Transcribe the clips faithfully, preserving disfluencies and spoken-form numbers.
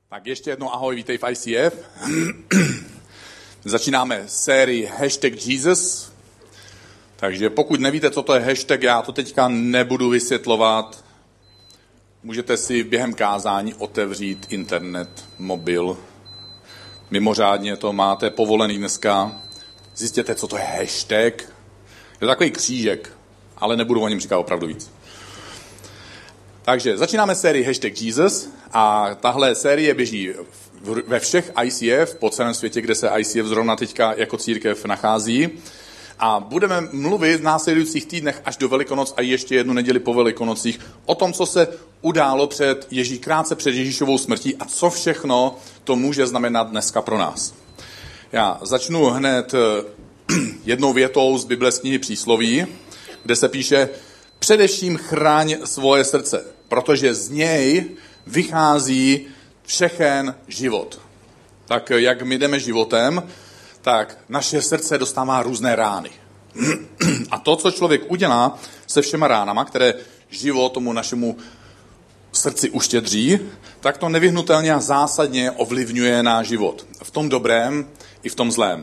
Tak ještě jednou ahoj, vítej v I C F. Začínáme sérii Hashtag Jesus. Takže pokud nevíte, co to je hashtag, já to teďka nebudu vysvětlovat. Můžete si během kázání otevřít internet, mobil. Mimořádně to máte povolený dneska. Zjistěte, co to je hashtag. Je to takový křížek, ale nebudu o něm říkat opravdu víc. Takže začínáme sérii Hashtag Jesus a tahle série běží ve všech I C F po celém světě, kde se I C F zrovna teďka jako církev nachází. A budeme mluvit v následujících týdnech až do Velikonoc a ještě jednu neděli po Velikonocích o tom, co se událo před Ježí, krátce před Ježíšovou smrtí a co všechno to může znamenat dneska pro nás. Já začnu hned jednou větou z Bible z knihy Přísloví, kde se píše: především chraň svoje srdce, protože z něj vychází všechen život. Tak jak my jdeme životem, tak naše srdce dostává různé rány. A to, co člověk udělá se všema ránama, které život tomu našemu srdci uštědří, tak to nevyhnutelně a zásadně ovlivňuje náš život. V tom dobrém i v tom zlém.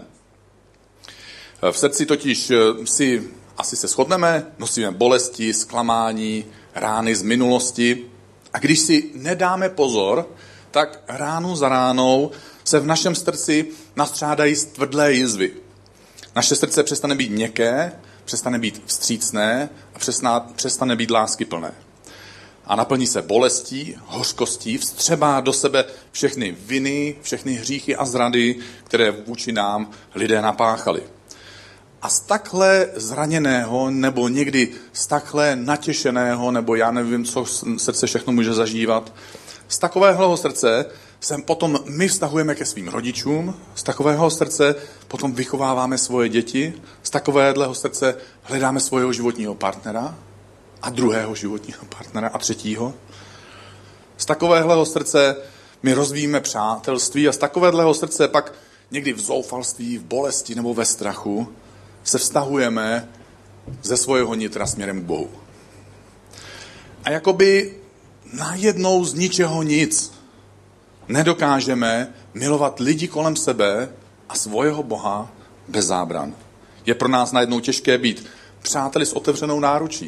V srdci totiž si asi se shodneme, nosíme bolesti, zklamání, rány z minulosti. A když si nedáme pozor, tak ránu za ránou se v našem srdci nastřádají stvrdlé jizvy. Naše srdce přestane být měkké, přestane být vstřícné a přestane být láskyplné. A naplní se bolestí, hořkostí, vstřebá do sebe všechny viny, všechny hříchy a zrady, které vůči nám lidé napáchali. A z takhle zraněného, nebo někdy z takhle natěšeného, nebo já nevím, co srdce všechno může zažívat, z takového srdce se potom my vztahujeme ke svým rodičům, z takového srdce potom vychováváme svoje děti, z takového srdce hledáme svého životního partnera a druhého životního partnera a třetího. Z takového srdce my rozvíjíme přátelství a z takového srdce pak někdy v zoufalství, v bolesti nebo ve strachu se vztahujeme ze svého nitra směrem k Bohu. A jakoby najednou z ničeho nic nedokážeme milovat lidi kolem sebe a svého Boha bez zábran. Je pro nás najednou těžké být přáteli s otevřenou náručí.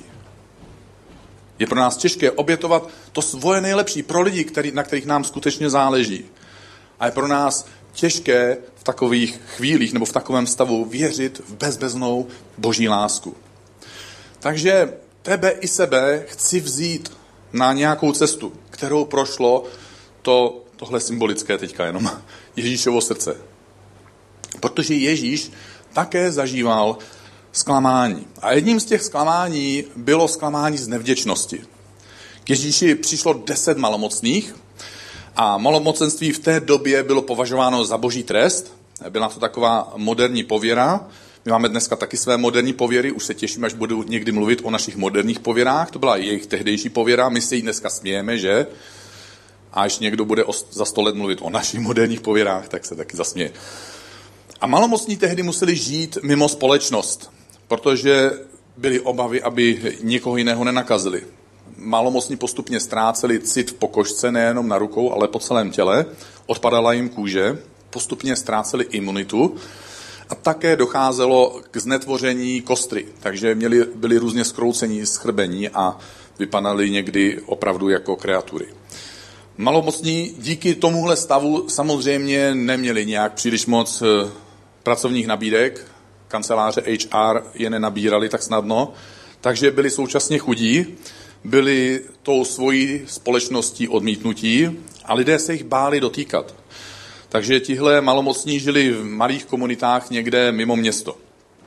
Je pro nás těžké obětovat to svoje nejlepší pro lidi, který, na kterých nám skutečně záleží. A je pro nás těžké v takových chvílích nebo v takovém stavu věřit v bezbeznou boží lásku. Takže tebe i sebe chci vzít na nějakou cestu, kterou prošlo to, tohle symbolické teďka jenom, Ježíšovo srdce. Protože Ježíš také zažíval zklamání. A jedním z těch zklamání bylo zklamání z nevděčnosti. K Ježíši přišlo deset malomocných, a malomocenství v té době bylo považováno za boží trest. Byla to taková moderní pověra. My máme dneska taky své moderní pověry. Už se těším, až budu někdy mluvit o našich moderních pověrách. To byla jejich tehdejší pověra. My se jí dneska smějeme, že? A až někdo bude za sto let mluvit o našich moderních pověrách, tak se taky zasměje. A malomocní tehdy museli žít mimo společnost, protože byly obavy, aby někoho jiného nenakazili. Malomocní postupně ztráceli cit v pokožce, nejenom na rukou, ale po celém těle. Odpadala jim kůže, postupně ztráceli imunitu a také docházelo k znetvoření kostry. Takže měli, byli různě zkroucení, schrbení a vypadali někdy opravdu jako kreatury. Malomocní díky tomuhle stavu samozřejmě neměli nějak příliš moc pracovních nabídek. Kanceláře H R je nenabírali tak snadno, takže byli současně chudí, byli tou svojí společností odmítnutí a lidé se jich báli dotýkat. Takže tihle malomocní žili v malých komunitách někde mimo město.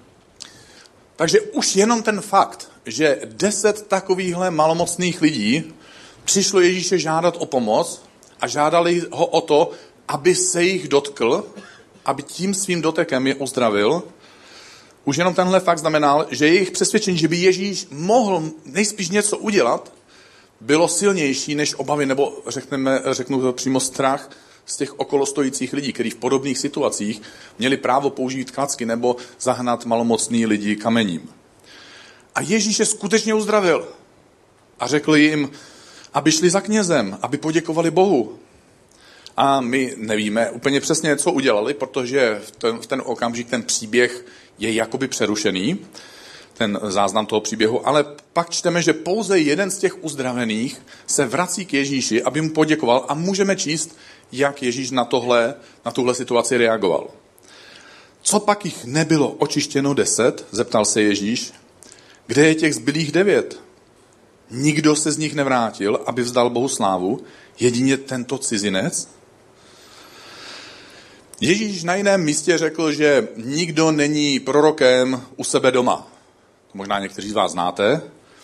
Takže už jenom ten fakt, že deset takovýchhle malomocných lidí přišlo Ježíše žádat o pomoc a žádali ho o to, aby se jich dotkl, aby tím svým dotekem je uzdravil. Už jenom tenhle fakt znamenal, že jejich přesvědčení, že by Ježíš mohl nejspíš něco udělat, bylo silnější než obavy, nebo řekneme, řeknu to přímo strach z těch okolostojících lidí, kteří v podobných situacích měli právo použít klacky nebo zahnat malomocný lidi kamením. A Ježíš je skutečně uzdravil. A řekl jim, aby šli za knězem, aby poděkovali Bohu. A my nevíme úplně přesně, co udělali, protože v ten, v ten okamžik ten příběh je jakoby přerušený, ten záznam toho příběhu, ale pak čteme, že pouze jeden z těch uzdravených se vrací k Ježíši, aby mu poděkoval a můžeme číst, jak Ježíš na tohle, na tuhle situaci reagoval. Co pak jich nebylo očištěno deset, zeptal se Ježíš, kde je těch zbylých devět? Nikdo se z nich nevrátil, aby vzdal Bohu slávu, jedině tento cizinec? Ježíš na jiném místě řekl, že nikdo není prorokem u sebe doma. To možná někteří z vás znáte,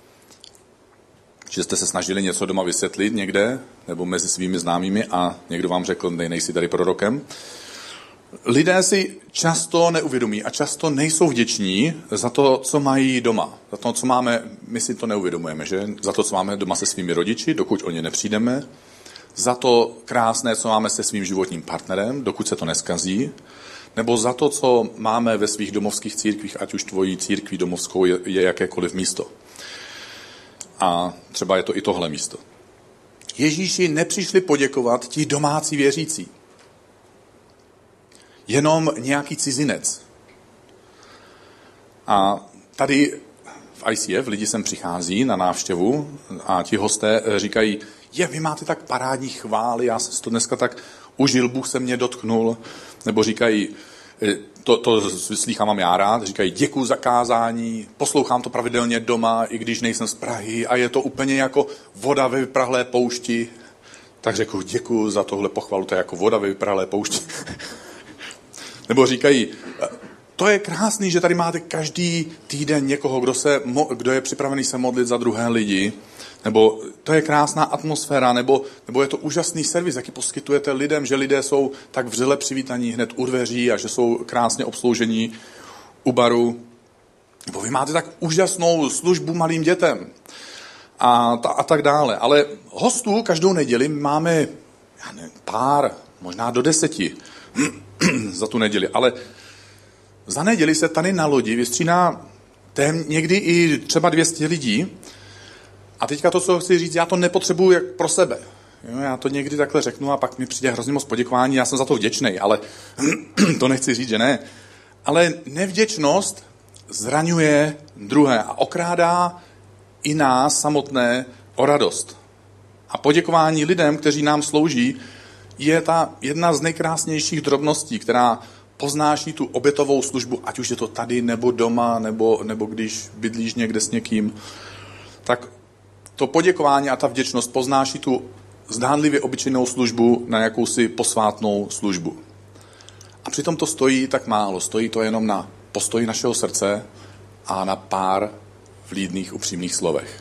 že jste se snažili něco doma vysvětlit někde, nebo mezi svými známými a někdo vám řekl, nej, nejsi tady prorokem. Lidé si často neuvědomí a často nejsou vděční za to, co mají doma. Za to, co máme, my si to neuvědomujeme, že? Za to, co máme doma se svými rodiči, dokud o ně nepřijdeme. Za to krásné, co máme se svým životním partnerem, dokud se to neskazí. Nebo za to, co máme ve svých domovských církvích, ať už tvojí církví domovskou je, je jakékoliv místo. A třeba je to i tohle místo. Ježíši nepřišli poděkovat ti domácí věřící. Jenom nějaký cizinec. A tady v I C F lidi sem přichází na návštěvu a ti hosté říkají, je, vy máte tak parádní chvály, já jsem to dneska tak užil, Bůh se mě dotknul. Nebo říkají, to, to slýchám já rád, říkají, děkuju za kázání, poslouchám to pravidelně doma, i když nejsem z Prahy a je to úplně jako voda ve vyprahlé poušti. Tak řeknu, děkuju za tohle pochvalu, to je jako voda ve vyprahlé poušti. Nebo říkají, to je krásný, že tady máte každý týden někoho, kdo, se, kdo je připravený se modlit za druhé lidi. Nebo to je krásná atmosféra, nebo, nebo je to úžasný servis, jaký poskytujete lidem, že lidé jsou tak vřele přivítaní hned u dveří a že jsou krásně obsloužení u baru. Nebo vy máte tak úžasnou službu malým dětem a, ta, a tak dále. Ale hostů každou neděli máme já nevím, pár, možná do deseti za tu neděli. Ale za neděli se tady na lodi vystřídá tém někdy i třeba dvě stě lidí. A teďka to, co chci říct, já to nepotřebuju jak pro sebe. Jo, já to někdy takhle řeknu a pak mi přijde hrozně moc poděkování, já jsem za to vděčnej, ale to nechci říct, že ne. Ale nevděčnost zraňuje druhé a okrádá i nás samotné o radost. A poděkování lidem, kteří nám slouží, je ta jedna z nejkrásnějších drobností, která poznáší tu obětovou službu, ať už je to tady, nebo doma, nebo, nebo když bydlíš někde s někým, tak to poděkování a ta vděčnost poznáší tu zdánlivě obyčejnou službu na jakousi posvátnou službu. A přitom to stojí tak málo. Stojí to jenom na postoji našeho srdce a na pár vlídných, upřímných slovech.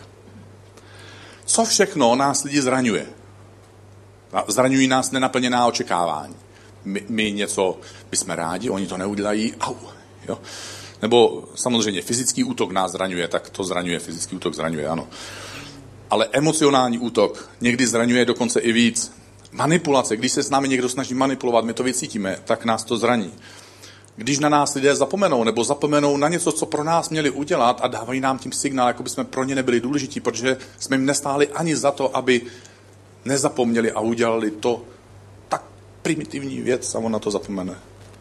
Co všechno nás lidi zraňuje? Zraňují nás nenaplněná očekávání. My, my něco, my jsme rádi, oni to neudělají, au. Jo? Nebo samozřejmě fyzický útok nás zraňuje, tak to zraňuje, fyzický útok zraňuje, ano. Ale emocionální útok někdy zraňuje dokonce i víc. Manipulace, když se s námi někdo snaží manipulovat, my to vycítíme, tak nás to zraní. Když na nás lidé zapomenou, nebo zapomenou na něco, co pro nás měli udělat a dávají nám tím signál, jako by jsme pro ně nebyli důležití, protože jsme jim nestáli ani za to, aby nezapomněli a udělali to tak primitivní věc a on na to zapomene.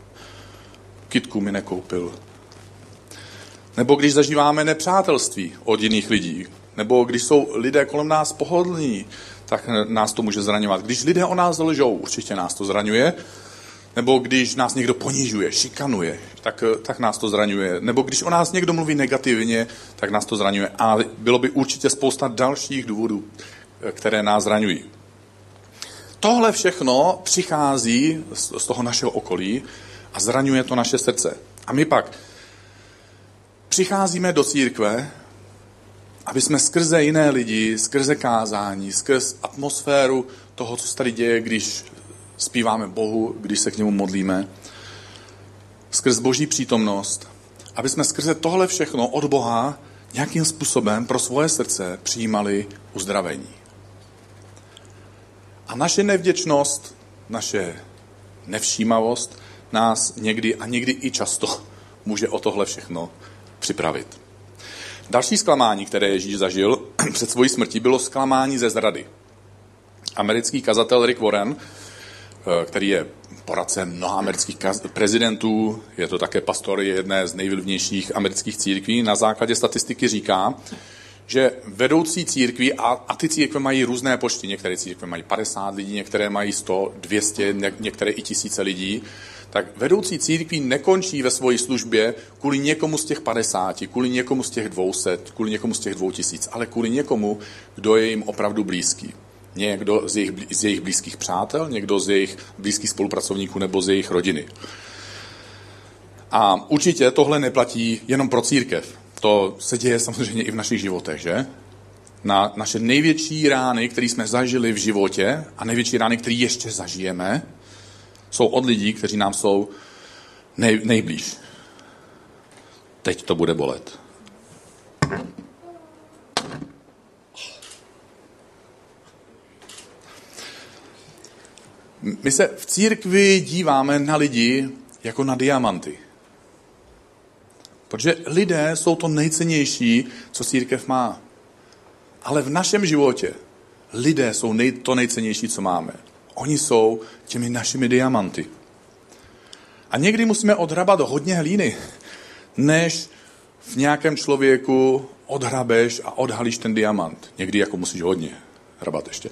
Kytku mi nekoupil. Nebo když zažíváme nepřátelství od jiných lidí, nebo když jsou lidé kolem nás pohodlní, tak nás to může zraňovat. Když lidé o nás lžou, určitě nás to zraňuje. Nebo když nás někdo ponižuje, šikanuje, tak, tak nás to zraňuje. Nebo když o nás někdo mluví negativně, tak nás to zraňuje. A bylo by určitě spousta dalších důvodů, které nás zraňují. Tohle všechno přichází z toho našeho okolí a zraňuje to naše srdce. A my pak přicházíme do církve, aby jsme skrze jiné lidi, skrze kázání, skrz atmosféru toho, co se tady děje, když zpíváme Bohu, když se k němu modlíme, skrz Boží přítomnost, aby jsme skrze tohle všechno od Boha nějakým způsobem pro svoje srdce přijímali uzdravení. A naše nevděčnost, naše nevšímavost nás někdy a někdy i často může o tohle všechno připravit. Další zklamání, které Ježíš zažil před svojí smrtí, bylo zklamání ze zrady. Americký kazatel Rick Warren který je poradce mnoha amerických prezidentů, je to také pastor jedné z nejvlivnějších amerických církví, na základě statistiky říká, že vedoucí církví, a, a ty církve mají různé počty, některé církve mají padesát lidí, některé mají sto, dvě stě, některé i tisíce lidí, tak vedoucí církví nekončí ve své službě kvůli někomu z těch padesáti, kvůli někomu z těch dvouset, kvůli někomu z těch dvou tisíc, ale kvůli někomu, kdo je jim opravdu blízký. Někdo z jejich, z jejich blízkých přátel, někdo z jejich blízkých spolupracovníků nebo z jejich rodiny. A určitě tohle neplatí jenom pro církev. To se děje samozřejmě i v našich životech, že? Na naše největší rány, které jsme zažili v životě a největší rány, které ještě zažijeme, jsou od lidí, kteří nám jsou nej, nejblíž. Teď to bude bolet. My se v církvi díváme na lidi jako na diamanty. Protože lidé jsou to nejcennější, co církev má. Ale v našem životě lidé jsou nej, to nejcennější, co máme. Oni jsou těmi našimi diamanty. A někdy musíme odhrabat hodně hlíny, než v nějakém člověku odhrabeš a odhalíš ten diamant. Někdy jako musíš hodně hrabat ještě.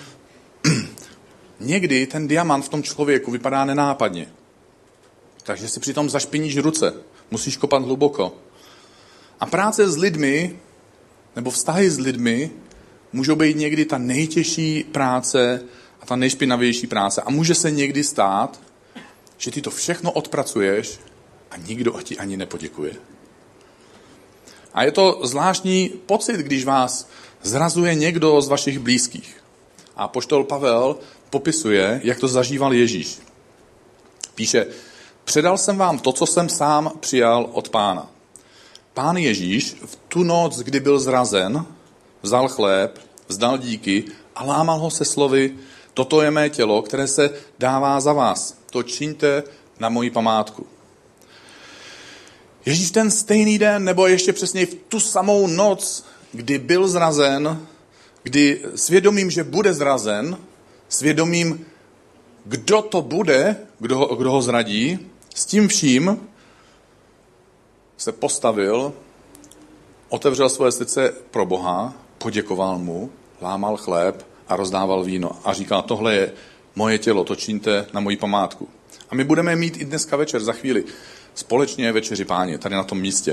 Někdy ten diamant v tom člověku vypadá nenápadně. Takže si přitom zašpiníš ruce. Musíš kopat hluboko. A práce s lidmi, nebo vztahy s lidmi, můžou být někdy ta nejtěžší práce a ta nejšpinavější práce. A může se někdy stát, že ty to všechno odpracuješ a nikdo ti ani nepoděkuje. A je to zvláštní pocit, když vás zrazuje někdo z vašich blízkých. A apoštol Pavel popisuje, jak to zažíval Ježíš. Píše, předal jsem vám to, co jsem sám přijal od Pána. Pán Ježíš v tu noc, kdy byl zrazen, vzal chléb, vzdal díky a lámal ho se slovy, toto je mé tělo, které se dává za vás. To čiňte na moji památku. Ježíš ten stejný den, nebo ještě přesněji v tu samou noc, kdy byl zrazen, kdy svědomím, že bude zrazen, svědomím, kdo to bude, kdo ho, kdo ho zradí, s tím vším se postavil, otevřel svoje srdce pro Boha, poděkoval mu, lámal chléb a rozdával víno. A říkal, tohle je moje tělo, to čiňte na moji památku. A my budeme mít i dneska večer, za chvíli, společně večeři Páně, tady na tom místě.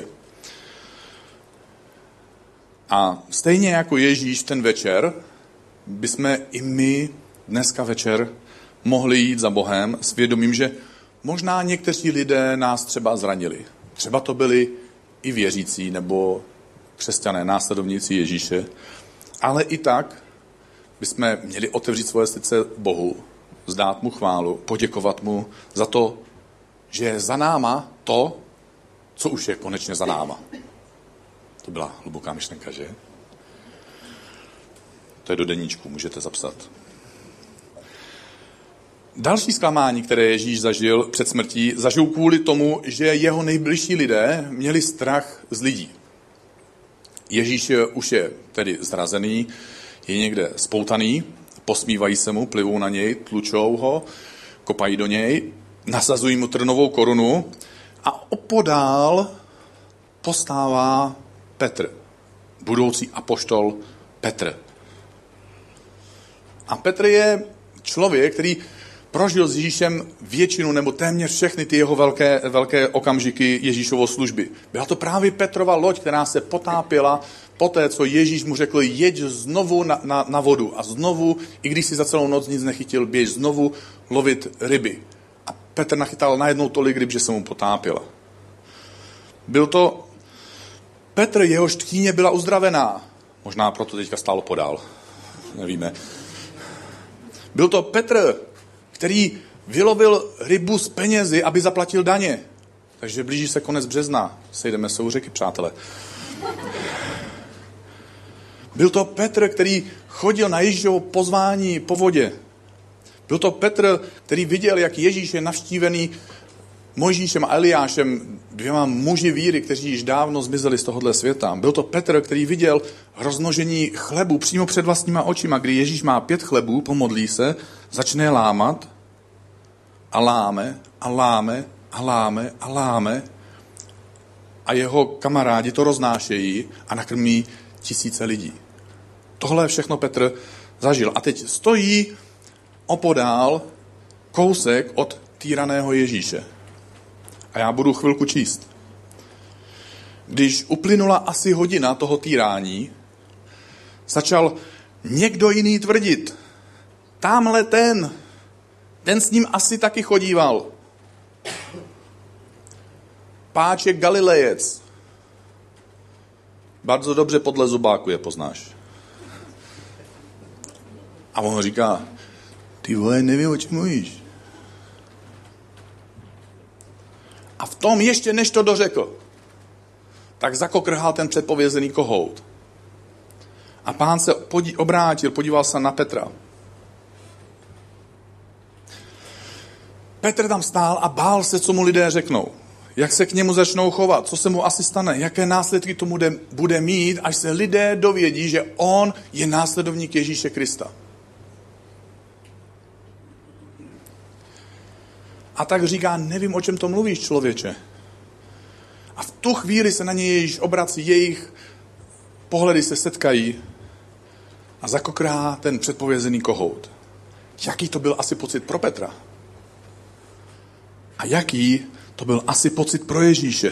A stejně jako Ježíš ten večer, bychom i my dneska večer mohli jít za Bohem s vědomím, že možná někteří lidé nás třeba zranili. Třeba to byli i věřící nebo křesťané, následovníci Ježíše. Ale i tak bychom měli otevřít svoje srdce Bohu, vzdát mu chválu, poděkovat mu za to, že je za náma to, co už je konečně za náma. To byla hluboká myšlenka, že? To je do deníčku, můžete zapsat. Další zklamání, které Ježíš zažil před smrtí, zažil kvůli tomu, že jeho nejbližší lidé měli strach z lidí. Ježíš už je tedy zrazený, je někde spoutaný, posmívají se mu, plivou na něj, tlučou ho, kopají do něj, nasazují mu trnovou korunu a opodál postává Petr, budoucí apoštol Petr. A Petr je člověk, který prožil s Ježíšem většinu nebo téměř všechny ty jeho velké, velké okamžiky Ježíšovo služby. Byla to právě Petrova loď, která se potápěla poté, co Ježíš mu řekl, jeď znovu na, na, na vodu a znovu, i když si za celou noc nic nechytil, běž znovu lovit ryby. A Petr nachytal najednou tolik ryb, že se mu potápěla. Byl to Petr, jehož tchýně byla uzdravená. Možná proto teďka stálo podál. Nevíme. Byl to Petr, který vylovil rybu z penězi, aby zaplatil daně. Takže blíží se konec března. Sejdeme se u řeky, přátelé. Byl to Petr, který chodil na Ježíšovo pozvání po vodě. Byl to Petr, který viděl, jak Ježíš je navštívený Mojžíšem a Eliášem, dvěma muži víry, kteří již dávno zmizeli z tohohle světa. Byl to Petr, který viděl rozmnožení chlebu přímo před vlastníma očima, kdy Ježíš má pět chlebů, pomodlí se, začne je lámat a láme a láme a láme a láme a jeho kamarádi to roznášejí a nakrmí tisíce lidí. Tohle všechno Petr zažil. A teď stojí opodál kousek od týraného Ježíše. A já budu chvilku číst. Když uplynula asi hodina toho týrání, začal někdo jiný tvrdit, támhle ten, ten s ním asi taky chodíval. Páč je Galilejec. Bardzo dobře podle zubáku je poznáš. A on říká, ty vole, nevím, o čem mluvíš. A v tom ještě než to dořekl, tak zakokrhal ten předpovězený kohout. A pán se podí, obrátil, podíval se na Petra. Petr tam stál a bál se, co mu lidé řeknou. Jak se k němu začnou chovat, co se mu asi stane, jaké následky tomu bude mít, až se lidé dovědí, že on je následovník Ježíše Krista. A tak říká, nevím, o čem to mluvíš, člověče. A v tu chvíli se na něj Ježíš obrací, jejich pohledy se setkají a zakokrhá ten předpovězený kohout. Jaký to byl asi pocit pro Petra? A jaký to byl asi pocit pro Ježíše?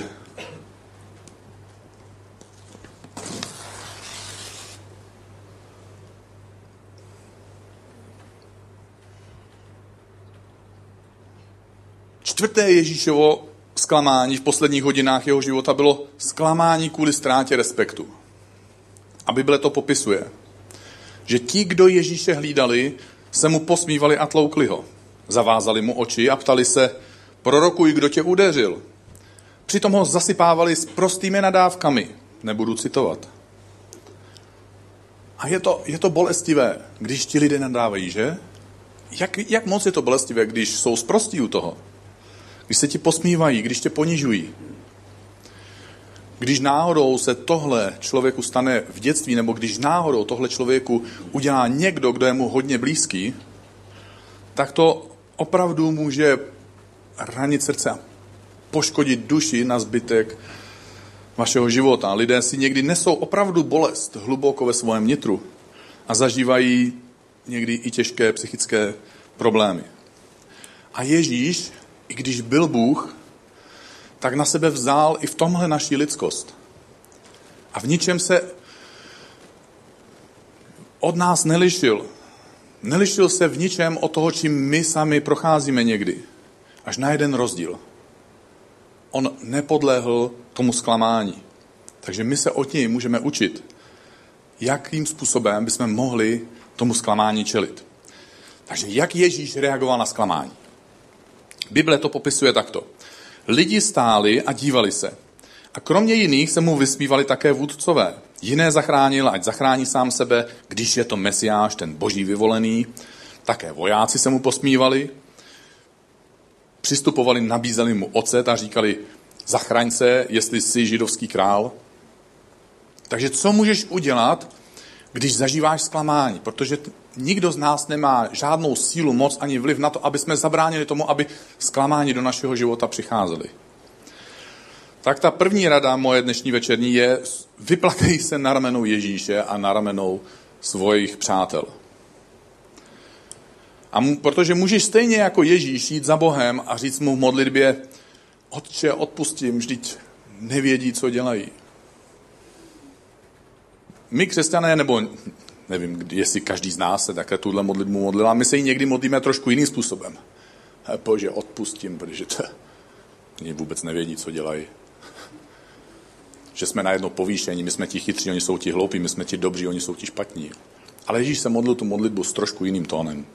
Čtvrté Ježíšovo zklamání v posledních hodinách jeho života bylo zklamání kvůli ztrátě respektu. A Bible to popisuje, že ti, kdo Ježíše hlídali, se mu posmívali a tloukli ho. Zavázali mu oči a ptali se, prorokuj, kdo tě udeřil. Přitom ho zasypávali s prostými nadávkami. Nebudu citovat. A je to, je to bolestivé, když ti lidé nadávají, že? Jak, jak moc je to bolestivé, když jsou sprostí u toho? Když se ti posmívají, když tě ponižují. Když náhodou se tohle člověku stane v dětství, nebo když náhodou tohle člověku udělá někdo, kdo je mu hodně blízký, tak to opravdu může ranit srdce a poškodit duši na zbytek vašeho života. Lidé si někdy nesou opravdu bolest hluboko ve svém nitru a zažívají někdy i těžké psychické problémy. A Ježíš, i když byl Bůh, tak na sebe vzal i v tomhle naší lidskost. A v ničem se od nás nelišil. Nelišil se v ničem od toho, čím my sami procházíme někdy. Až na jeden rozdíl. On nepodlehl tomu zklamání. Takže my se od něj můžeme učit, jakým způsobem bychom mohli tomu zklamání čelit. Takže jak Ježíš reagoval na zklamání? Bible to popisuje takto. Lidi stáli a dívali se. A kromě jiných se mu vysmívali také vůdcové. Jiné zachránil, ať zachrání sám sebe, když je to Mesiáš, ten boží vyvolený. Také vojáci se mu posmívali. Přistupovali, nabízeli mu ocet a říkali, zachraň se, jestli jsi židovský král. Takže co můžeš udělat, když zažíváš zklamání? Protože nikdo z nás nemá žádnou sílu, moc ani vliv na to, aby jsme zabránili tomu, aby zklamání do našeho života přicházely. Tak ta první rada moje dnešní večerní je, vyplakej se na ramenou Ježíše a na ramenou svojich přátel. A m- protože můžeš stejně jako Ježíš jít za Bohem a říct mu v modlitbě, Otče, odpustím, vždyť nevědí, co dělají. My křesťané, nebo nevím, jestli každý z nás se takhle tuhle modlitbu modlil, a my se ji někdy modlíme trošku jiným způsobem. Bože, odpustím, protože to oni vůbec nevědí, co dělají. Že jsme najednou povýšení, my jsme ti chytří, oni jsou ti hloupí, my jsme ti dobří, oni jsou ti špatní. Ale Ježíš se modlil tu modlitbu s trošku jiným tónem.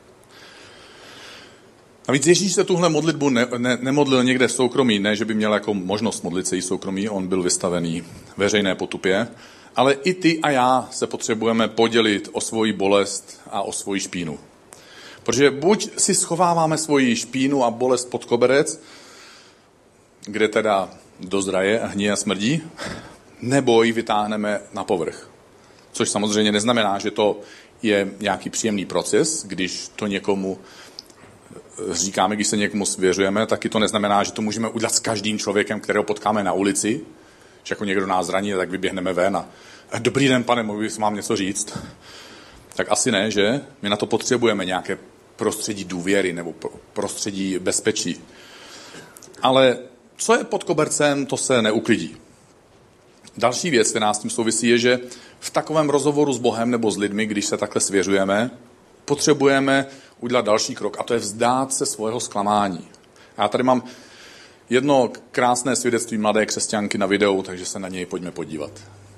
A víc Ježíš se tuhle modlitbu ne, ne, nemodlil někde v soukromí, ne, že by měl jako možnost modlit se jí soukromí, on byl vystavený veřejné potupě, ale i ty a já se potřebujeme podělit o svoji bolest a o svoji špínu. Protože buď si schováváme svoji špínu a bolest pod koberec, kde teda dozraje a hníje a smrdí, nebo ji vytáhneme na povrch. Což samozřejmě neznamená, že to je nějaký příjemný proces, když to někomu říkáme, když se někomu svěřujeme, taky to neznamená, že to můžeme udělat s každým člověkem, kterého potkáme na ulici, že jako někdo nás zraní, tak vyběhneme ven a dobrý den, pane, mohl bych vám něco říct? Tak asi ne, že? My na to potřebujeme nějaké prostředí důvěry nebo prostředí bezpečí. Ale co je pod kobercem, to se neuklidí. Další věc, která s tím souvisí, je, že v takovém rozhovoru s Bohem nebo s lidmi, když se takhle svěřujeme, potřebujeme udělat další krok, a to je vzdát se svého zklamání. Já tady mám jedno krásné svědectví mladé křesťanky na videu, takže se na něj pojďme podívat.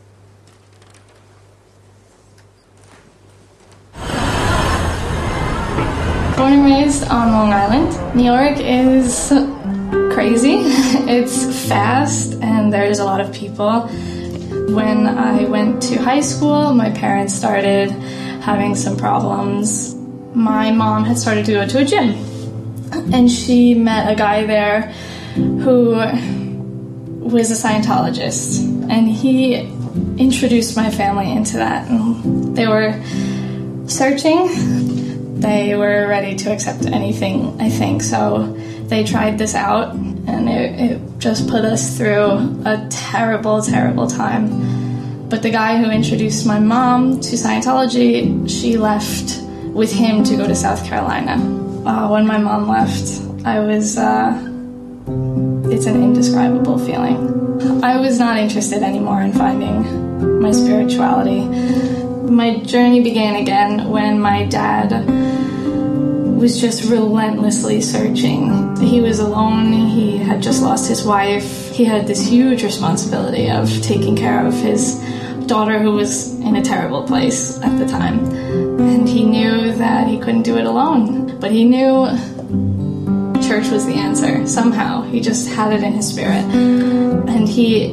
Born and raised on Long Island. New York is crazy. It's fast and there's a lot of people. When I went to high school, my parents started having some problems. My mom had started to go to a gym and she met a guy there who was a Scientologist, and he introduced my family into that. And they were searching. They were ready to accept anything, I think. So they tried this out, and it, it just put us through a terrible, terrible time. But the guy who introduced my mom to Scientology, she left with him to go to South Carolina. Uh, when my mom left, I was, uh, it's an indescribable feeling. I was not interested anymore in finding my spirituality. My journey began again when my dad was just relentlessly searching. He was alone, he had just lost his wife, he had this huge responsibility of taking care of his daughter who was in a terrible place at the time. And he knew that he couldn't do it alone, but he knew church was the answer. Somehow, he just had it in his spirit. And he,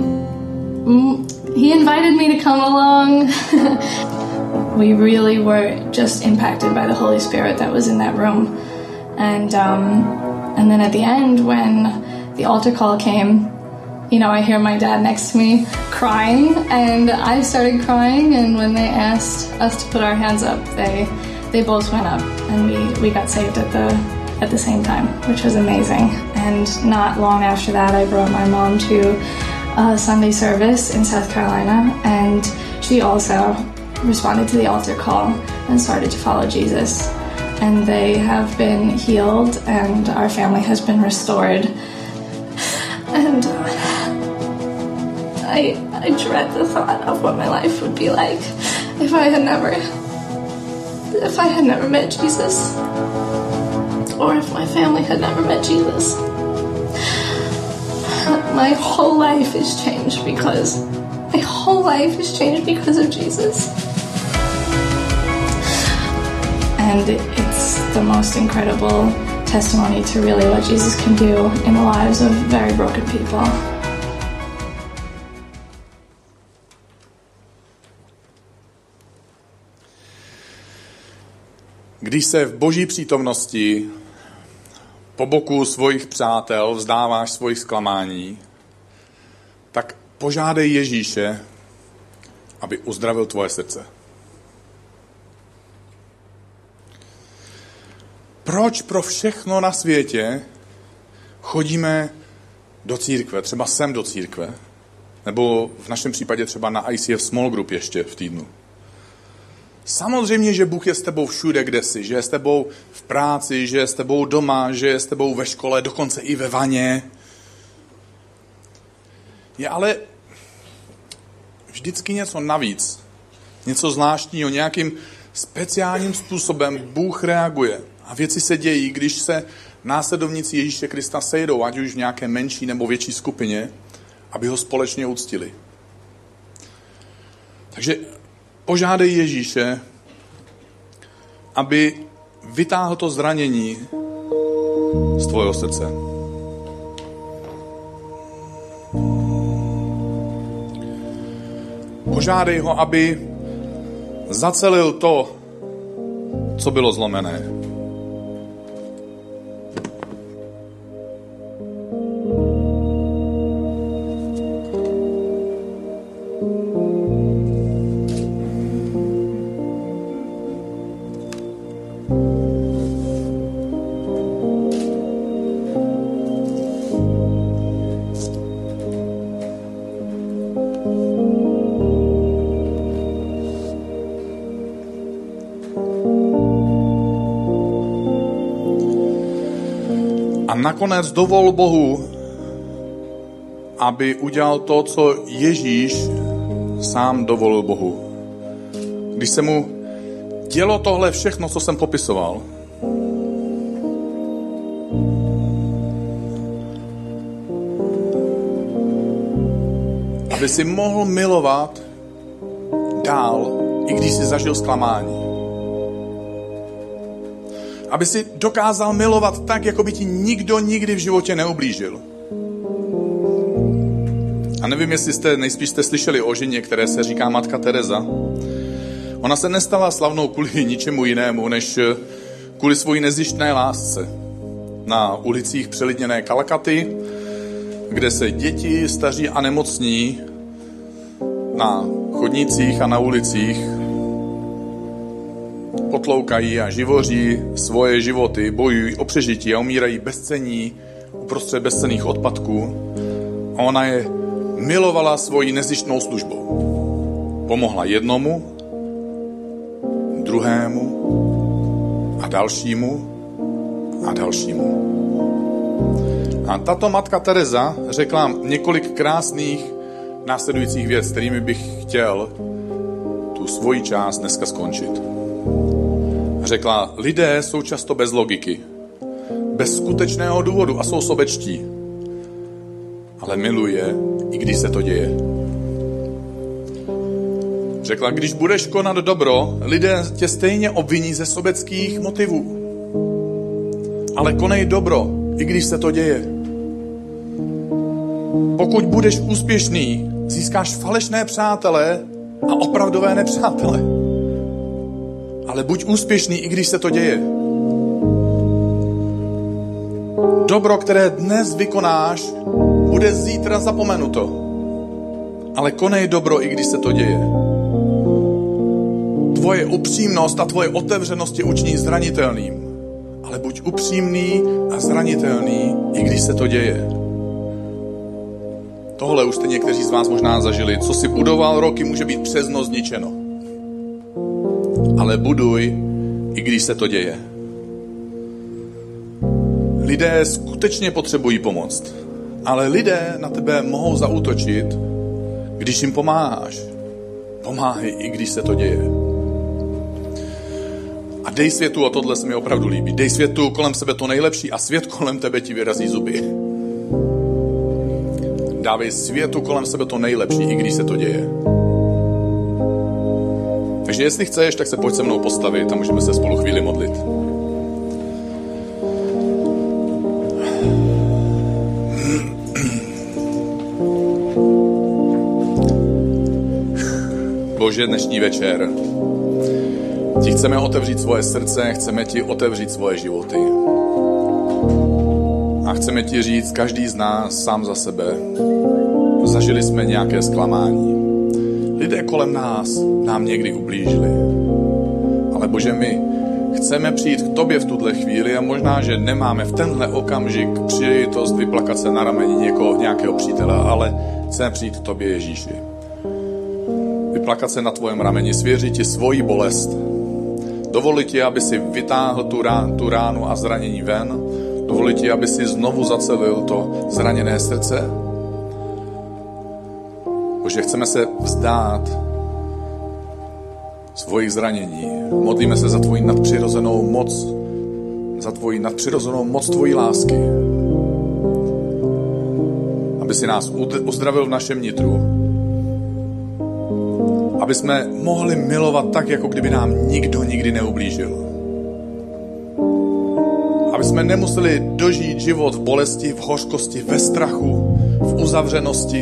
he invited me to come along. We really were just impacted by the Holy Spirit that was in that room. And um, and then at the end, when the altar call came, you know, I hear my dad next to me crying, and I started crying, and when they asked us to put our hands up, they they both went up, and we, we got saved at the at the same time, which was amazing. And not long after that, I brought my mom to a Sunday service in South Carolina, and she also responded to the altar call and started to follow Jesus. And they have been healed, and our family has been restored. And I, I dread the thought of what my life would be like if I had never, if I had never met Jesus, or if my family had never met Jesus. My whole life is changed because, my whole life is changed because of Jesus. And it's the most incredible testimony to really what Jesus can do in the lives of very broken people. Když se v Boží přítomnosti po boku svých přátel vzdáváš svojich zklamání, tak požádej Ježíše, aby uzdravil tvoje srdce. Proč pro všechno na světě chodíme do církve, třeba sem do církve, nebo v našem případě třeba na I C F Small Group ještě v týdnu? Samozřejmě, že Bůh je s tebou všude, kde jsi, že je s tebou v práci, že je s tebou doma, že je s tebou ve škole, dokonce i ve vaně. Je ale vždycky něco navíc, něco zvláštního, nějakým speciálním způsobem Bůh reaguje. A věci se dějí, když se následovníci Ježíše Krista sejdou, ať už v nějaké menší nebo větší skupině, aby ho společně uctili. Takže požádej Ježíše, aby vytáhl to zranění z tvojho srdce. Požádej ho, aby zacelil to, co bylo zlomené. A nakonec dovol Bohu, aby udělal to, co Ježíš sám dovolil Bohu. Když se mu dělo tohle všechno, co jsem popisoval, aby si mohl milovat dál, i když si zažil zklamání. Aby si dokázal milovat tak, jako by ti nikdo nikdy v životě neublížil. A nevím, jestli jste, nejspíš jste slyšeli o ženě, které se říká Matka Teresa. Ona se nestala slavnou kvůli ničemu jinému, než kvůli svojí nezištné lásce. Na ulicích přelidněné Kalkaty, kde se děti, staří a nemocní na chodnících a na ulicích potloukají a živoří svoje životy, bojují o přežití a umírají bezcenní uprostřed bezcenných odpadků. A ona je milovala svojí nezištnou službou. Pomohla jednomu, druhému a dalšímu a dalšímu. A tato Matka Teresa řekla několik krásných následujících věc, kterými bych chtěl tu svoji část dneska skončit. Řekla, lidé jsou často bez logiky, bez skutečného důvodu a jsou sobečtí. Ale miluje, i když se to děje. Řekla, když budeš konat dobro, lidé tě stejně obviní ze sobeckých motivů. Ale konej dobro, i když se to děje. Pokud budeš úspěšný, získáš falešné přátele a opravdové nepřátele. Ale buď úspěšný, i když se to děje. Dobro, které dnes vykonáš, bude zítra zapomenuto. Ale konej dobro, i když se to děje. Tvoje upřímnost a tvoje otevřenost tě učiní zranitelným. Ale buď upřímný a zranitelný, i když se to děje. Tohle už jste někteří z vás možná zažili. Co si budoval roky, může být přes noc zničeno. Ale buduj, i když se to děje. Lidé skutečně potřebují pomoc. Ale lidé na tebe mohou zaútočit, když jim pomáháš. Pomáhej, i když se to děje. A dej světu, a tohle se mi opravdu líbí, dej světu kolem sebe to nejlepší a svět kolem tebe ti vyrazí zuby. Dávej světu kolem sebe to nejlepší, i když se to děje. Takže jestli chceš, tak se pojď se mnou postavit a můžeme se spolu chvíli modlit. Bože, dnešní večer ti chceme otevřít svoje srdce, chceme ti otevřít svoje životy. A chceme ti říct, každý z nás sám za sebe, zažili jsme nějaké zklamání. Lidé kolem nás nám někdy ublížili. Ale Bože, my chceme přijít k tobě v tuhle chvíli a možná, že nemáme v tenhle okamžik příležitost vyplakat se na rameni někoho, nějakého přítele, ale chceme přijít k tobě, Ježíši. Vyplakat se na tvojem rameni, svěřit ti svoji bolest. Dovolit ti, aby si vytáhl tu, rán, tu ránu a zranění ven. Dovolit ti, aby si znovu zacelil to zraněné srdce. Bože, chceme se vzdát svojich zranění. Modlíme se za tvoji nadpřirozenou moc, za tvoji nadpřirozenou moc tvojí lásky. Aby si nás uzdravil v našem nitru. Aby jsme mohli milovat tak, jako kdyby nám nikdo nikdy neublížil. Aby jsme nemuseli dožít život v bolesti, v hořkosti, ve strachu, v uzavřenosti.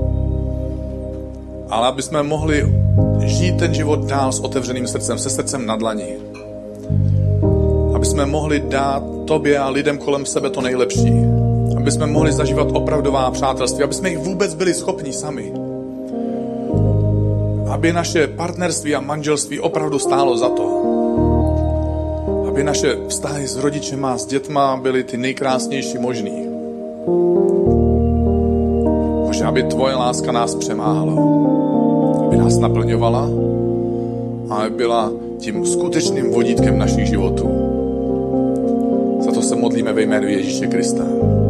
Ale aby jsme mohli žít ten život dál s otevřeným srdcem, se srdcem na dlani. Aby jsme mohli dát tobě a lidem kolem sebe to nejlepší. Aby jsme mohli zažívat opravdová přátelství, aby jsme jich vůbec byli schopni sami. Aby naše partnerství a manželství opravdu stálo za to. Aby naše vztahy s rodičema a s dětma byly ty nejkrásnější možný. Bože, aby tvoje láska nás přemáhala. Aby nás naplňovala a aby byla tím skutečným vodítkem našich životů. Za to se modlíme ve jménu Ježíše Krista.